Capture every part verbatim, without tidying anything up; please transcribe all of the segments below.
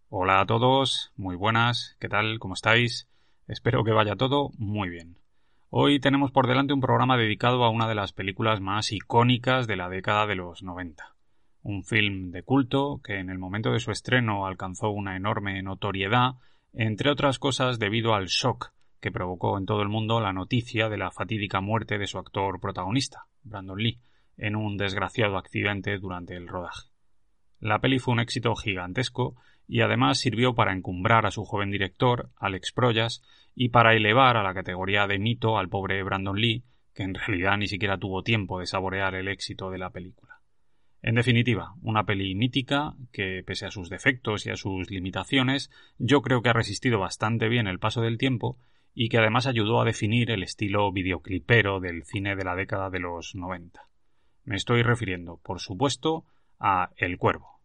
Hola a todos, muy buenas, ¿qué tal? ¿Cómo estáis? Espero que vaya todo muy bien. Hoy tenemos por delante un programa dedicado a una de las películas más icónicas de la década de los noventa. Un film de culto que en el momento de su estreno alcanzó una enorme notoriedad, entre otras cosas debido al shock que provocó en todo el mundo la noticia de la fatídica muerte de su actor protagonista, Brandon Lee, en un desgraciado accidente durante el rodaje. La peli fue un éxito gigantesco y además sirvió para encumbrar a su joven director, Alex Proyas, y para elevar a la categoría de mito al pobre Brandon Lee, que en realidad ni siquiera tuvo tiempo de saborear el éxito de la película. En definitiva, una peli mítica que, pese a sus defectos y a sus limitaciones, yo creo que ha resistido bastante bien el paso del tiempo y que además ayudó a definir el estilo videoclipero del cine de la década de los noventa. Me estoy refiriendo, por supuesto, a El Cuervo.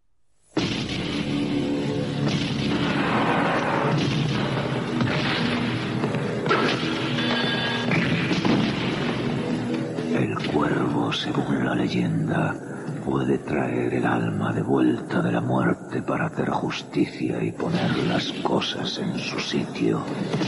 El cuervo, según la leyenda, puede traer el alma de vuelta de la muerte para hacer justicia y poner las cosas en su sitio.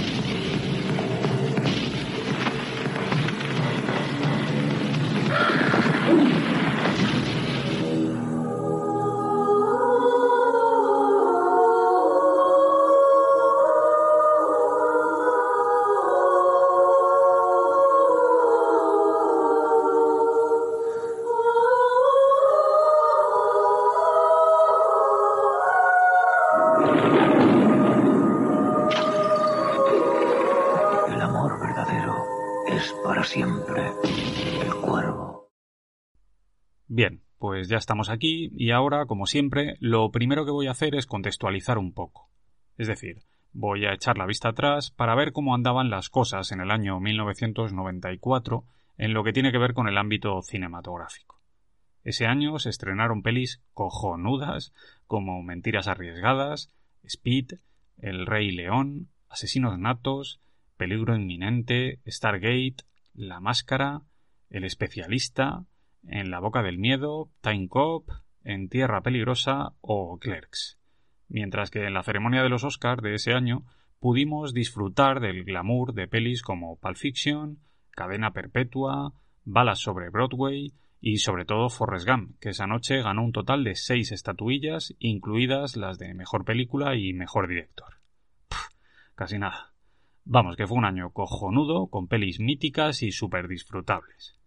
Siempre. El Cuervo. Bien, pues ya estamos aquí y ahora, como siempre, lo primero que voy a hacer es contextualizar un poco. Es decir, voy a echar la vista atrás para ver cómo andaban las cosas en el año mil novecientos noventa y cuatro en lo que tiene que ver con el ámbito cinematográfico. Ese año se estrenaron pelis cojonudas como Mentiras arriesgadas, Speed, El Rey León, Asesinos natos, Peligro inminente, Stargate, La Máscara, El Especialista, En la boca del miedo, Time Cop, En tierra peligrosa o Clerks. Mientras que en la ceremonia de los Oscars de ese año pudimos disfrutar del glamour de pelis como Pulp Fiction, Cadena Perpetua, Balas sobre Broadway y sobre todo Forrest Gump, que esa noche ganó un total de seis estatuillas, incluidas las de Mejor Película y Mejor Director. Pff, casi nada. Vamos, que fue un año cojonudo, con pelis míticas y súper disfrutables.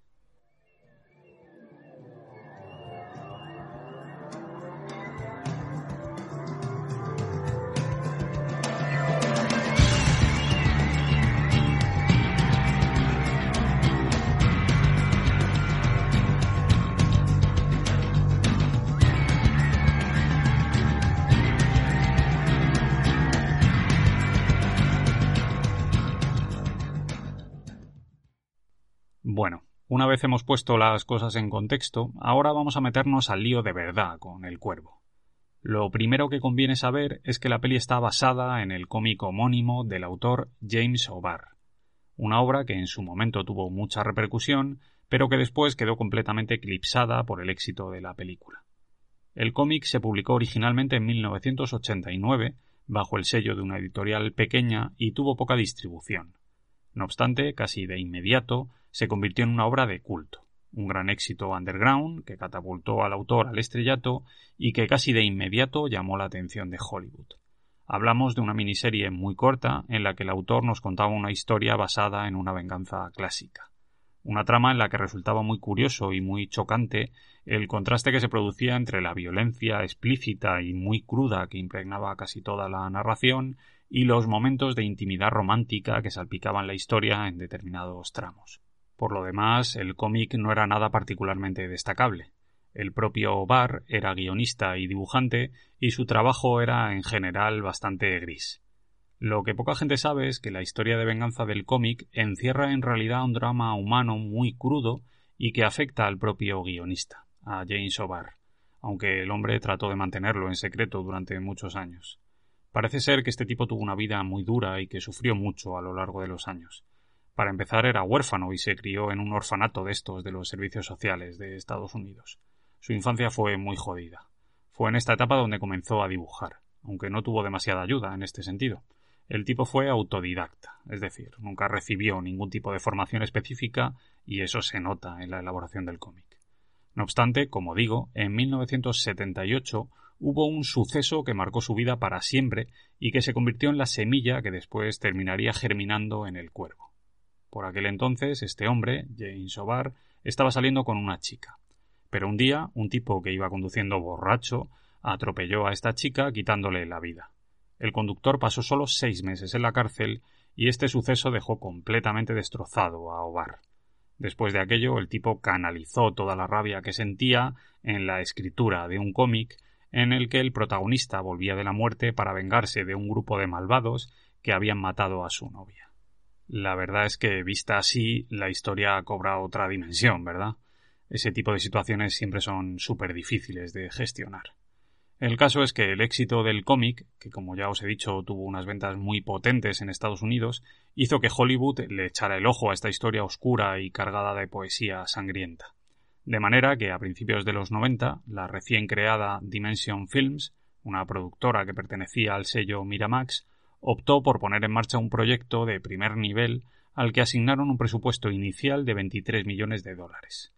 Bueno, una vez hemos puesto las cosas en contexto, ahora vamos a meternos al lío de verdad con El Cuervo. Lo primero que conviene saber es que la peli está basada en el cómic homónimo del autor James O'Barr, una obra que en su momento tuvo mucha repercusión, pero que después quedó completamente eclipsada por el éxito de la película. El cómic se publicó originalmente en mil novecientos ochenta y nueve bajo el sello de una editorial pequeña y tuvo poca distribución. No obstante, casi de inmediato se convirtió en una obra de culto, un gran éxito underground que catapultó al autor al estrellato y que casi de inmediato llamó la atención de Hollywood. Hablamos de una miniserie muy corta en la que el autor nos contaba una historia basada en una venganza clásica. Una trama en la que resultaba muy curioso y muy chocante el contraste que se producía entre la violencia explícita y muy cruda que impregnaba casi toda la narración y los momentos de intimidad romántica que salpicaban la historia en determinados tramos. Por lo demás, el cómic no era nada particularmente destacable. El propio O'Barr era guionista y dibujante y su trabajo era en general bastante gris. Lo que poca gente sabe es que la historia de venganza del cómic encierra en realidad un drama humano muy crudo y que afecta al propio guionista, a James O'Barr, aunque el hombre trató de mantenerlo en secreto durante muchos años. Parece ser que este tipo tuvo una vida muy dura y que sufrió mucho a lo largo de los años. Para empezar, era huérfano y se crió en un orfanato de estos de los servicios sociales de Estados Unidos. Su infancia fue muy jodida. Fue en esta etapa donde comenzó a dibujar, aunque no tuvo demasiada ayuda en este sentido. El tipo fue autodidacta, es decir, nunca recibió ningún tipo de formación específica y eso se nota en la elaboración del cómic. No obstante, como digo, en mil novecientos setenta y ocho hubo un suceso que marcó su vida para siempre y que se convirtió en la semilla que después terminaría germinando en El Cuervo. Por aquel entonces, este hombre, James O'Barr, estaba saliendo con una chica. Pero un día, un tipo que iba conduciendo borracho atropelló a esta chica quitándole la vida. El conductor pasó solo seis meses en la cárcel y este suceso dejó completamente destrozado a O'Barr. Después de aquello, el tipo canalizó toda la rabia que sentía en la escritura de un cómic en el que el protagonista volvía de la muerte para vengarse de un grupo de malvados que habían matado a su novia. La verdad es que, vista así, la historia cobra otra dimensión, ¿verdad? Ese tipo de situaciones siempre son súper difíciles de gestionar. El caso es que el éxito del cómic, que como ya os he dicho tuvo unas ventas muy potentes en Estados Unidos, hizo que Hollywood le echara el ojo a esta historia oscura y cargada de poesía sangrienta. De manera que a principios de los noventa, la recién creada Dimension Films, una productora que pertenecía al sello Miramax, optó por poner en marcha un proyecto de primer nivel al que asignaron un presupuesto inicial de veintitrés millones de dólares.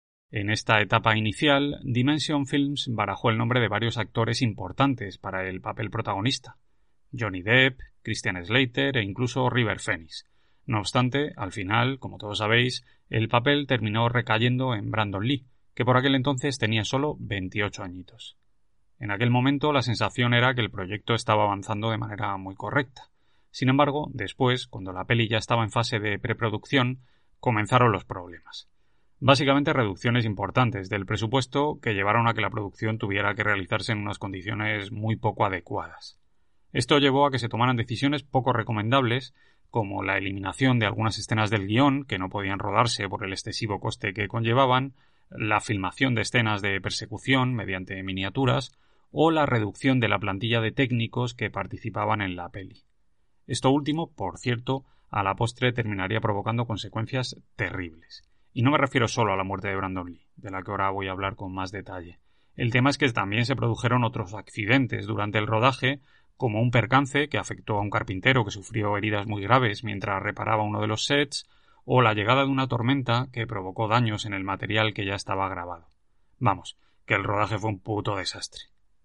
En esta etapa inicial, Dimension Films barajó el nombre de varios actores importantes para el papel protagonista: Johnny Depp, Christian Slater e incluso River Phoenix. No obstante, al final, como todos sabéis, el papel terminó recayendo en Brandon Lee, que por aquel entonces tenía solo veintiocho añitos. En aquel momento la sensación era que el proyecto estaba avanzando de manera muy correcta. Sin embargo, después, cuando la peli ya estaba en fase de preproducción, comenzaron los problemas. Básicamente reducciones importantes del presupuesto que llevaron a que la producción tuviera que realizarse en unas condiciones muy poco adecuadas. Esto llevó a que se tomaran decisiones poco recomendables, como la eliminación de algunas escenas del guión que no podían rodarse por el excesivo coste que conllevaban, la filmación de escenas de persecución mediante miniaturas o la reducción de la plantilla de técnicos que participaban en la peli. Esto último, por cierto, a la postre terminaría provocando consecuencias terribles. Y no me refiero solo a la muerte de Brandon Lee, de la que ahora voy a hablar con más detalle. El tema es que también se produjeron otros accidentes durante el rodaje, como un percance que afectó a un carpintero que sufrió heridas muy graves mientras reparaba uno de los sets, o la llegada de una tormenta que provocó daños en el material que ya estaba grabado. Vamos, que el rodaje fue un puto desastre.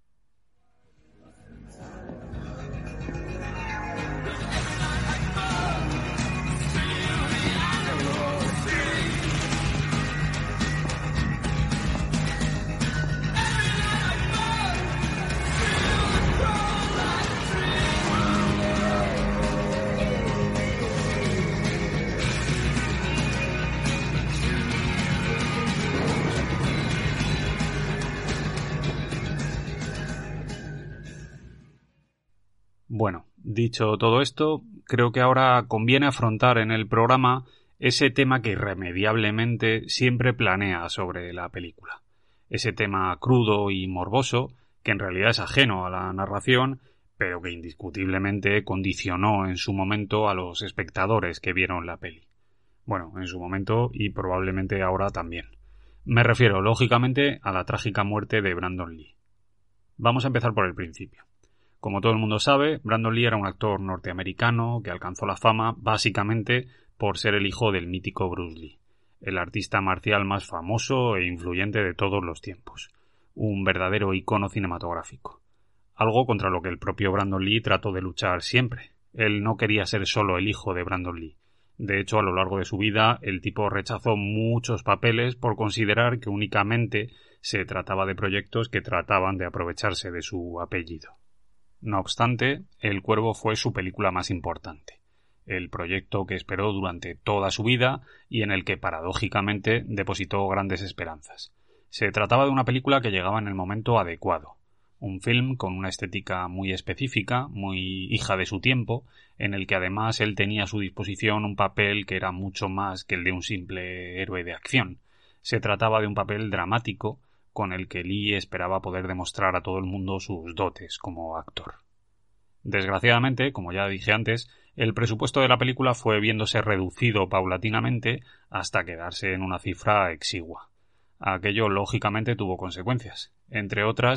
Bueno, dicho todo esto, creo que ahora conviene afrontar en el programa ese tema que irremediablemente siempre planea sobre la película. Ese tema crudo y morboso, que en realidad es ajeno a la narración, pero que indiscutiblemente condicionó en su momento a los espectadores que vieron la peli. Bueno, en su momento y probablemente ahora también. Me refiero, lógicamente, a la trágica muerte de Brandon Lee. Vamos a empezar por el principio. Como todo el mundo sabe, Brandon Lee era un actor norteamericano que alcanzó la fama básicamente por ser el hijo del mítico Bruce Lee, el artista marcial más famoso e influyente de todos los tiempos, un verdadero icono cinematográfico. Algo contra lo que el propio Brandon Lee trató de luchar siempre. Él no quería ser solo el hijo de Brandon Lee. De hecho, a lo largo de su vida, el tipo rechazó muchos papeles por considerar que únicamente se trataba de proyectos que trataban de aprovecharse de su apellido. No obstante, El Cuervo fue su película más importante, el proyecto que esperó durante toda su vida y en el que paradójicamente depositó grandes esperanzas. Se trataba de una película que llegaba en el momento adecuado, un film con una estética muy específica, muy hija de su tiempo, en el que además él tenía a su disposición un papel que era mucho más que el de un simple héroe de acción. Se trataba de un papel dramático con el que Lee esperaba poder demostrar a todo el mundo sus dotes como actor. Desgraciadamente, como ya dije antes, el presupuesto de la película fue viéndose reducido paulatinamente hasta quedarse en una cifra exigua. Aquello lógicamente tuvo consecuencias, entre otras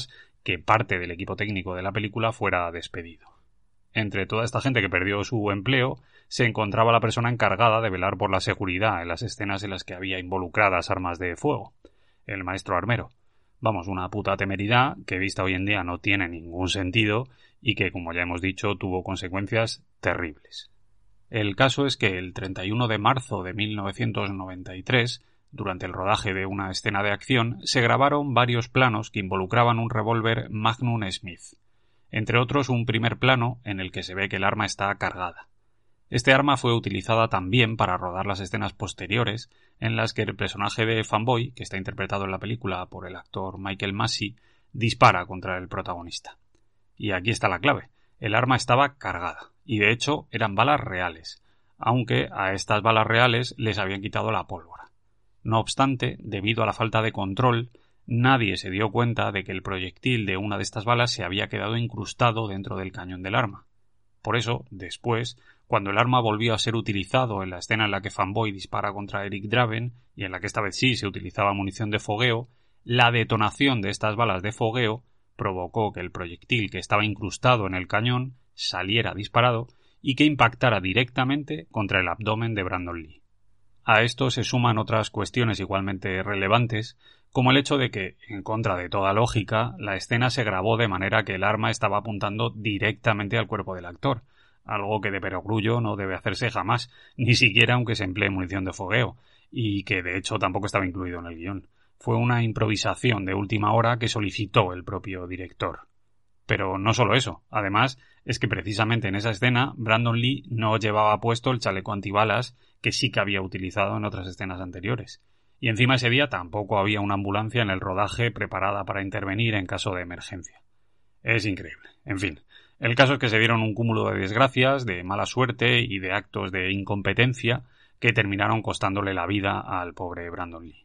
que parte del equipo técnico de la película fuera despedido. Entre toda esta gente que perdió su empleo, se encontraba la persona encargada de velar por la seguridad en las escenas en las que había involucradas armas de fuego, el maestro armero. Vamos, una puta temeridad que vista hoy en día no tiene ningún sentido y que, como ya hemos dicho, tuvo consecuencias terribles. El caso es que el treinta y uno de marzo de mil novecientos noventa y tres, durante el rodaje de una escena de acción, se grabaron varios planos que involucraban un revólver Magnum Smith. Entre otros, un primer plano en el que se ve que el arma está cargada. Este arma fue utilizada también para rodar las escenas posteriores, en las que el personaje de Fanboy, que está interpretado en la película por el actor Michael Massey, dispara contra el protagonista. Y aquí está la clave. El arma estaba cargada, y de hecho eran balas reales, aunque a estas balas reales les habían quitado la pólvora. No obstante, debido a la falta de control, nadie se dio cuenta de que el proyectil de una de estas balas se había quedado incrustado dentro del cañón del arma. Por eso, después, cuando el arma volvió a ser utilizado en la escena en la que Fanboy dispara contra Eric Draven, y en la que esta vez sí se utilizaba munición de fogueo, la detonación de estas balas de fogueo provocó que el proyectil que estaba incrustado en el cañón saliera disparado y que impactara directamente contra el abdomen de Brandon Lee. A esto se suman otras cuestiones igualmente relevantes, como el hecho de que, en contra de toda lógica, la escena se grabó de manera que el arma estaba apuntando directamente al cuerpo del actor, algo que de perogrullo no debe hacerse jamás, ni siquiera aunque se emplee munición de fogueo, y que de hecho tampoco estaba incluido en el guión. Fue una improvisación de última hora que solicitó el propio director. Pero no solo eso, además es que precisamente en esa escena Brandon Lee no llevaba puesto el chaleco antibalas que sí que había utilizado en otras escenas anteriores. Y encima ese día tampoco había una ambulancia en el rodaje preparada para intervenir en caso de emergencia. Es increíble. En fin, el caso es que se dieron un cúmulo de desgracias, de mala suerte y de actos de incompetencia que terminaron costándole la vida al pobre Brandon Lee.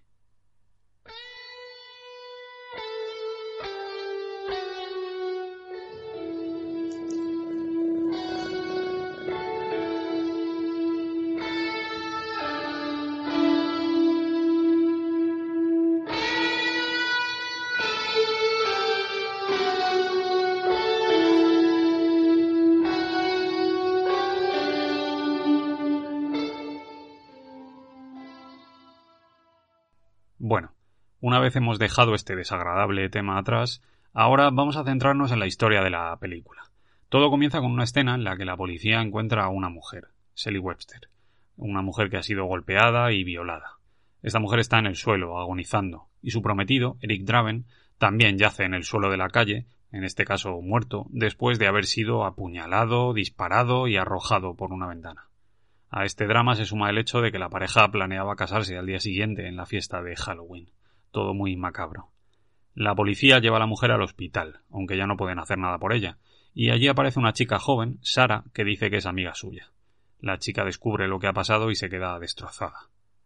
Bueno, una vez hemos dejado este desagradable tema atrás, ahora vamos a centrarnos en la historia de la película. Todo comienza con una escena en la que la policía encuentra a una mujer, Sally Webster, una mujer que ha sido golpeada y violada. Esta mujer está en el suelo, agonizando, y su prometido, Eric Draven, también yace en el suelo de la calle, en este caso muerto, después de haber sido apuñalado, disparado y arrojado por una ventana. A este drama se suma el hecho de que la pareja planeaba casarse al día siguiente en la fiesta de Halloween. Todo muy macabro. La policía lleva a la mujer al hospital, aunque ya no pueden hacer nada por ella, y allí aparece una chica joven, Sarah, que dice que es amiga suya. La chica descubre lo que ha pasado y se queda destrozada.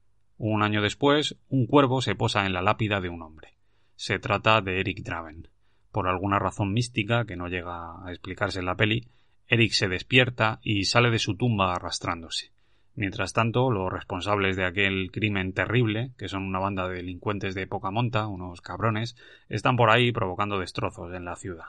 Un año después, un cuervo se posa en la lápida de un hombre. Se trata de Eric Draven. Por alguna razón mística que no llega a explicarse en la peli, Eric se despierta y sale de su tumba arrastrándose. Mientras tanto, los responsables de aquel crimen terrible, que son una banda de delincuentes de poca monta, unos cabrones, están por ahí provocando destrozos en la ciudad.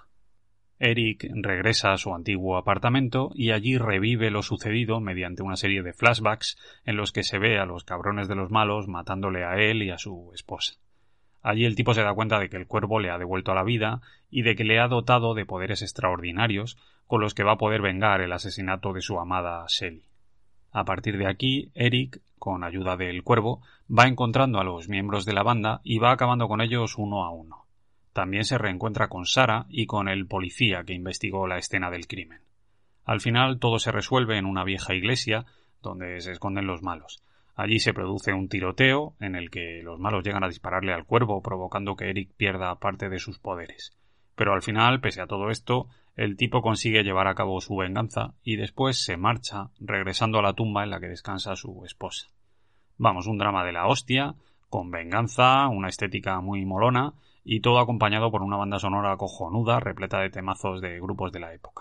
Eric regresa a su antiguo apartamento y allí revive lo sucedido mediante una serie de flashbacks en los que se ve a los cabrones de los malos matándole a él y a su esposa. Allí el tipo se da cuenta de que el cuervo le ha devuelto a la vida y de que le ha dotado de poderes extraordinarios con los que va a poder vengar el asesinato de su amada Sally. A partir de aquí, Eric, con ayuda del cuervo, va encontrando a los miembros de la banda y va acabando con ellos uno a uno. También se reencuentra con Sarah y con el policía que investigó la escena del crimen. Al final todo se resuelve en una vieja iglesia donde se esconden los malos. Allí se produce un tiroteo en el que los malos llegan a dispararle al cuervo, provocando que Eric pierda parte de sus poderes. Pero al final, pese a todo esto, el tipo consigue llevar a cabo su venganza y después se marcha, regresando a la tumba en la que descansa su esposa. Vamos, un drama de la hostia, con venganza, una estética muy molona y todo acompañado por una banda sonora cojonuda, repleta de temazos de grupos de la época.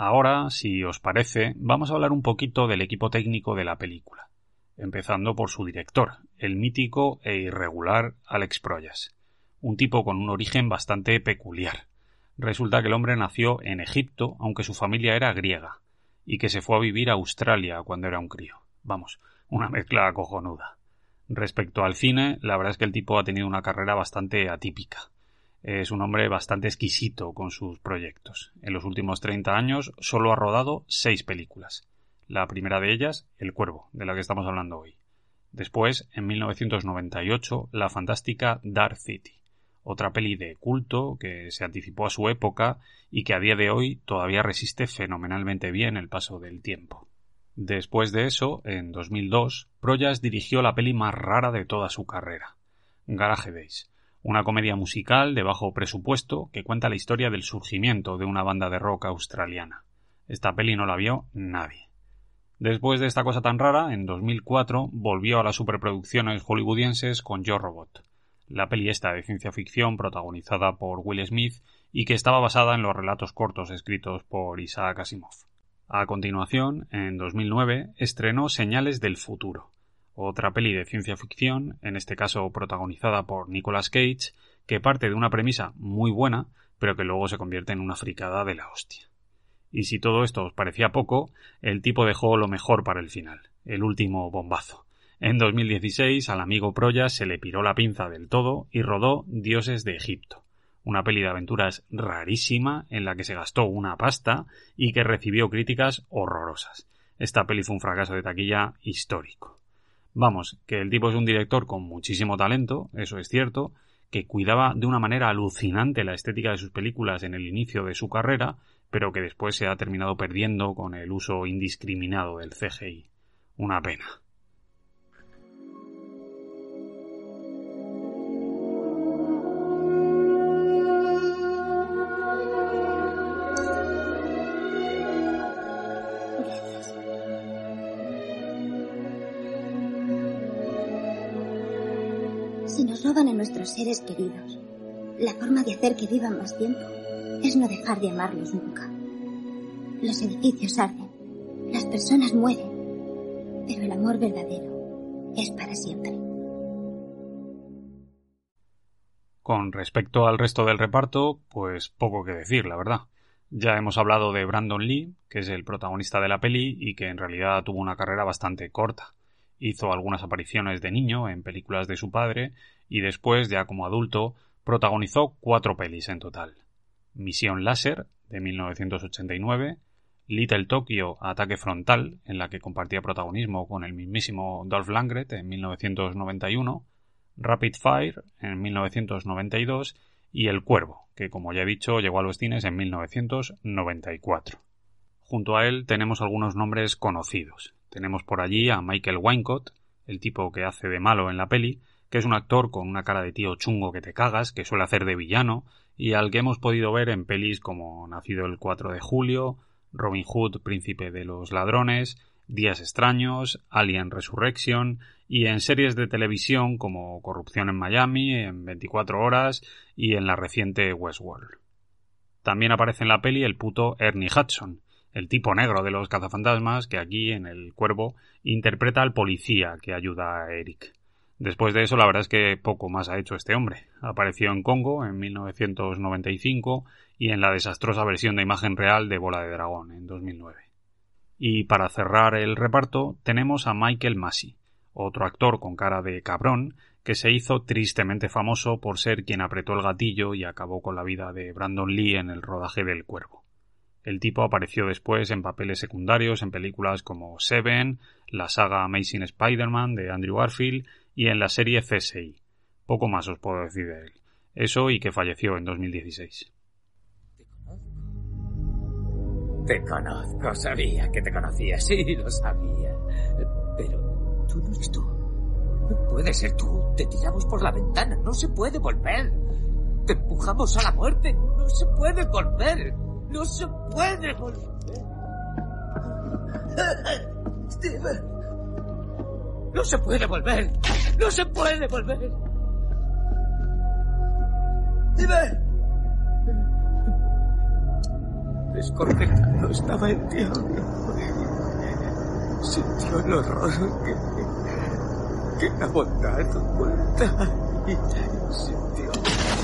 Ahora, si os parece, vamos a hablar un poquito del equipo técnico de la película, empezando por su director, el mítico e irregular Alex Proyas, un tipo con un origen bastante peculiar. Resulta que el hombre nació en Egipto, aunque su familia era griega, y que se fue a vivir a Australia cuando era un crío. Vamos, una mezcla cojonuda. Respecto al cine, la verdad es que el tipo ha tenido una carrera bastante atípica. Es un hombre bastante exquisito con sus proyectos. En los últimos treinta años solo ha rodado seis películas. La primera de ellas, El Cuervo, de la que estamos hablando hoy. Después, en mil novecientos noventa y ocho, la fantástica Dark City, otra peli de culto que se anticipó a su época y que a día de hoy todavía resiste fenomenalmente bien el paso del tiempo. Después de eso, en dos mil dos, Proyas dirigió la peli más rara de toda su carrera, Garage Days. Una comedia musical de bajo presupuesto que cuenta la historia del surgimiento de una banda de rock australiana. Esta peli no la vio nadie. Después de esta cosa tan rara, en dos mil cuatro volvió a las superproducciones hollywoodienses con Yo Robot, la peli esta de ciencia ficción protagonizada por Will Smith y que estaba basada en los relatos cortos escritos por Isaac Asimov. A continuación, en dos mil nueve, estrenó Señales del futuro, otra peli de ciencia ficción, en este caso protagonizada por Nicolas Cage, que parte de una premisa muy buena, pero que luego se convierte en una fricada de la hostia. Y si todo esto os parecía poco, el tipo dejó lo mejor para el final, el último bombazo. En dos mil dieciséis al amigo Proyas se le piró la pinza del todo y rodó Dioses de Egipto, una peli de aventuras rarísima en la que se gastó una pasta y que recibió críticas horrorosas. Esta peli fue un fracaso de taquilla histórico. Vamos, que el tipo es un director con muchísimo talento, eso es cierto, que cuidaba de una manera alucinante la estética de sus películas en el inicio de su carrera, pero que después se ha terminado perdiendo con el uso indiscriminado del C G I. Una pena. Si nos roban a nuestros seres queridos, la forma de hacer que vivan más tiempo es no dejar de amarlos nunca. Los edificios arden, las personas mueren, pero el amor verdadero es para siempre. Con respecto al resto del reparto, pues poco que decir, la verdad. Ya hemos hablado de Brandon Lee, que es el protagonista de la peli y que en realidad tuvo una carrera bastante corta. Hizo algunas apariciones de niño en películas de su padre y después, ya como adulto, protagonizó cuatro pelis en total. Misión Láser, de mil novecientos ochenta y nueve, Little Tokyo, Ataque Frontal, en la que compartía protagonismo con el mismísimo Dolph Lundgren en mil novecientos noventa y uno, Rapid Fire, en mil novecientos noventa y dos, y El Cuervo, que como ya he dicho llegó a los cines en mil novecientos noventa y cuatro. Junto a él tenemos algunos nombres conocidos. Tenemos por allí a Michael Wincott, el tipo que hace de malo en la peli, que es un actor con una cara de tío chungo que te cagas, que suele hacer de villano, y al que hemos podido ver en pelis como Nacido el cuatro de julio, Robin Hood, Príncipe de los Ladrones, Días Extraños, Alien Resurrection, y en series de televisión como Corrupción en Miami, en veinticuatro horas y en la reciente Westworld. También aparece en la peli el puto Ernie Hudson, el tipo negro de los cazafantasmas que aquí, en El Cuervo, interpreta al policía que ayuda a Eric. Después de eso, la verdad es que poco más ha hecho este hombre. Apareció en Congo en mil novecientos noventa y cinco y en la desastrosa versión de imagen real de Bola de Dragón en dos mil nueve. Y para cerrar el reparto tenemos a Michael Massey, otro actor con cara de cabrón que se hizo tristemente famoso por ser quien apretó el gatillo y acabó con la vida de Brandon Lee en el rodaje del Cuervo. El tipo apareció después en papeles secundarios en películas como Seven, la saga Amazing Spider-Man de Andrew Garfield y en la serie C S I. Poco más os puedo decir de él. Eso y que falleció en dos mil dieciséis. Te conozco, sabía que te conocía, sí, lo sabía. Pero tú no eres tú. No puede ser tú. Te tiramos por la ventana, no se puede volver. Te empujamos a la muerte, no se puede volver. No se puede volver. Steven. No se puede volver. No se puede volver. Steven. desconcertado estaba el diablo. Sintió el horror que, que la bondad oculta y sintió...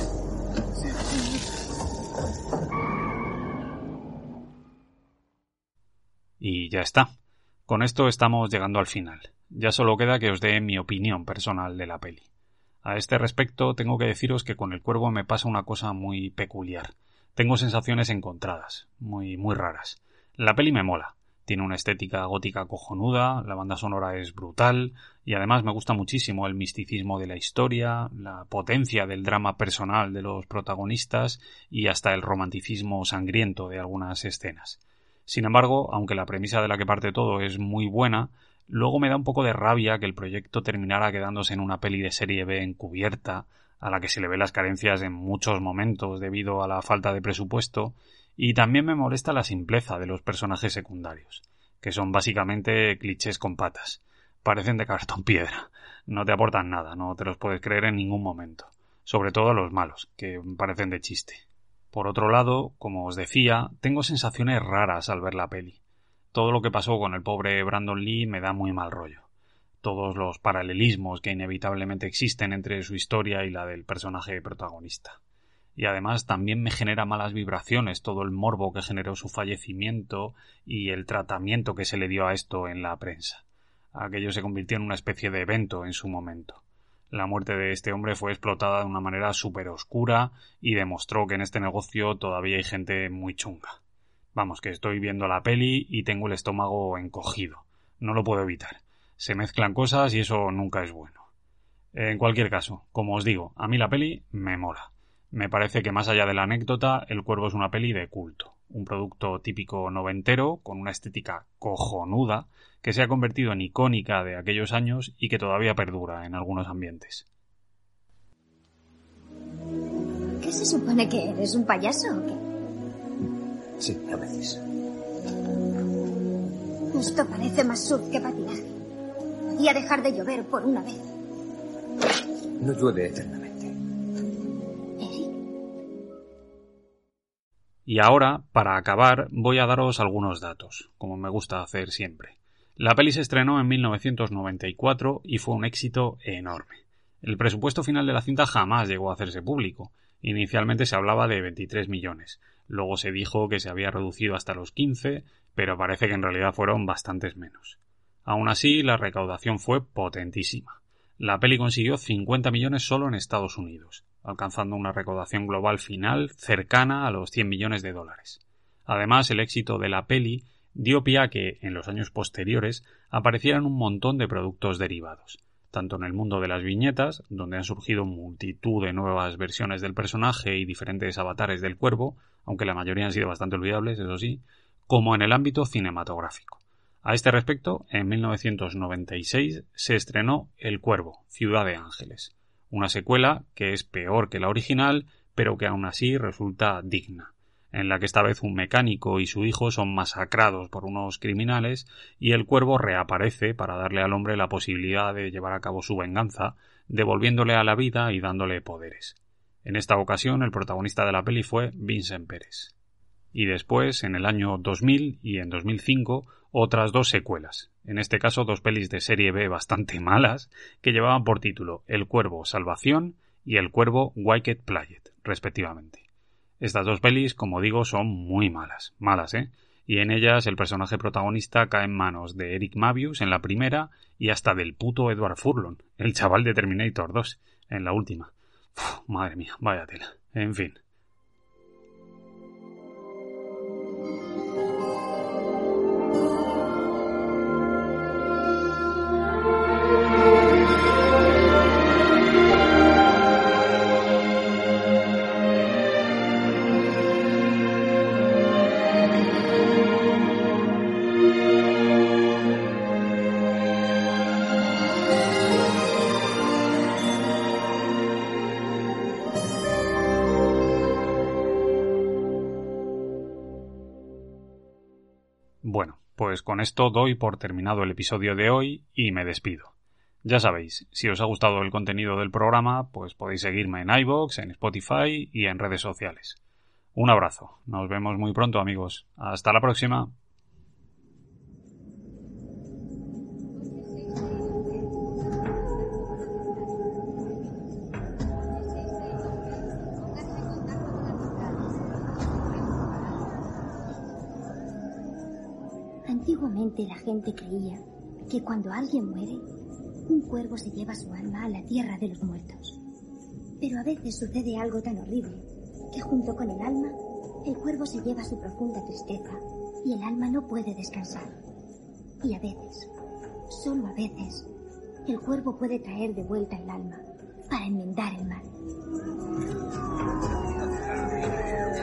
Y ya está. Con esto estamos llegando al final. Ya solo queda que os dé mi opinión personal de la peli. A este respecto tengo que deciros que con El Cuervo me pasa una cosa muy peculiar. Tengo sensaciones encontradas, muy, muy raras. La peli me mola. Tiene una estética gótica cojonuda, la banda sonora es brutal y además me gusta muchísimo el misticismo de la historia, la potencia del drama personal de los protagonistas y hasta el romanticismo sangriento de algunas escenas. Sin embargo, aunque la premisa de la que parte todo es muy buena, luego me da un poco de rabia que el proyecto terminara quedándose en una peli de serie B encubierta, a la que se le ve las carencias en muchos momentos debido a la falta de presupuesto, y también me molesta la simpleza de los personajes secundarios, que son básicamente clichés con patas. Parecen de cartón piedra, no te aportan nada, no te los puedes creer en ningún momento, sobre todo los malos, que parecen de chiste. Por otro lado, como os decía, tengo sensaciones raras al ver la peli. Todo lo que pasó con el pobre Brandon Lee me da muy mal rollo. Todos los paralelismos que inevitablemente existen entre su historia y la del personaje protagonista. Y además también me genera malas vibraciones todo el morbo que generó su fallecimiento y el tratamiento que se le dio a esto en la prensa. Aquello se convirtió en una especie de evento en su momento. La muerte de este hombre fue explotada de una manera súper oscura y demostró que en este negocio todavía hay gente muy chunga. Vamos, que estoy viendo la peli y tengo el estómago encogido. No lo puedo evitar. Se mezclan cosas y eso nunca es bueno. En cualquier caso, como os digo, a mí la peli me mola. Me parece que más allá de la anécdota, El Cuervo es una peli de culto. Un producto típico noventero, con una estética cojonuda, que se ha convertido en icónica de aquellos años y que todavía perdura en algunos ambientes. ¿Qué se supone que eres, un payaso o qué? Sí, a veces. Esto parece más surf que patinaje. Podía dejar de llover por una vez. No llueve eternamente. Y ahora, para acabar, voy a daros algunos datos, como me gusta hacer siempre. La peli se estrenó en mil novecientos noventa y cuatro y fue un éxito enorme. El presupuesto final de la cinta jamás llegó a hacerse público. Inicialmente se hablaba de veintitrés millones. Luego se dijo que se había reducido hasta los quince, pero parece que en realidad fueron bastantes menos. Aún así, la recaudación fue potentísima. La peli consiguió cincuenta millones solo en Estados Unidos, alcanzando una recaudación global final cercana a los cien millones de dólares. Además, el éxito de la peli dio pie a que, en los años posteriores, aparecieran un montón de productos derivados, tanto en el mundo de las viñetas, donde han surgido multitud de nuevas versiones del personaje y diferentes avatares del cuervo, aunque la mayoría han sido bastante olvidables, eso sí, como en el ámbito cinematográfico. A este respecto, en mil novecientos noventa y seis se estrenó El Cuervo, Ciudad de Ángeles, una secuela que es peor que la original, pero que aún así resulta digna, en la que esta vez un mecánico y su hijo son masacrados por unos criminales y el cuervo reaparece para darle al hombre la posibilidad de llevar a cabo su venganza, devolviéndole a la vida y dándole poderes. En esta ocasión el protagonista de la peli fue Vincent Pérez. Y después, en el año dos mil y en dos mil cinco, otras dos secuelas, en este caso dos pelis de serie B bastante malas, que llevaban por título El Cuervo Salvación y El Cuervo Wicked Planet, respectivamente. Estas dos pelis, como digo, son muy malas, malas, ¿eh? Y en ellas el personaje protagonista cae en manos de Eric Mavius en la primera y hasta del puto Edward Furlong, el chaval de Terminator dos, en la última. Uf, madre mía, vaya tela. En fin. Bueno, pues con esto doy por terminado el episodio de hoy y me despido. Ya sabéis, si os ha gustado el contenido del programa, pues podéis seguirme en iVoox, en Spotify y en redes sociales. Un abrazo. Nos vemos muy pronto, amigos. Hasta la próxima. Antiguamente la gente creía que cuando alguien muere, un cuervo se lleva su alma a la tierra de los muertos. Pero a veces sucede algo tan horrible que junto con el alma, el cuervo se lleva su profunda tristeza y el alma no puede descansar. Y a veces, solo a veces, el cuervo puede traer de vuelta el alma para enmendar el mal.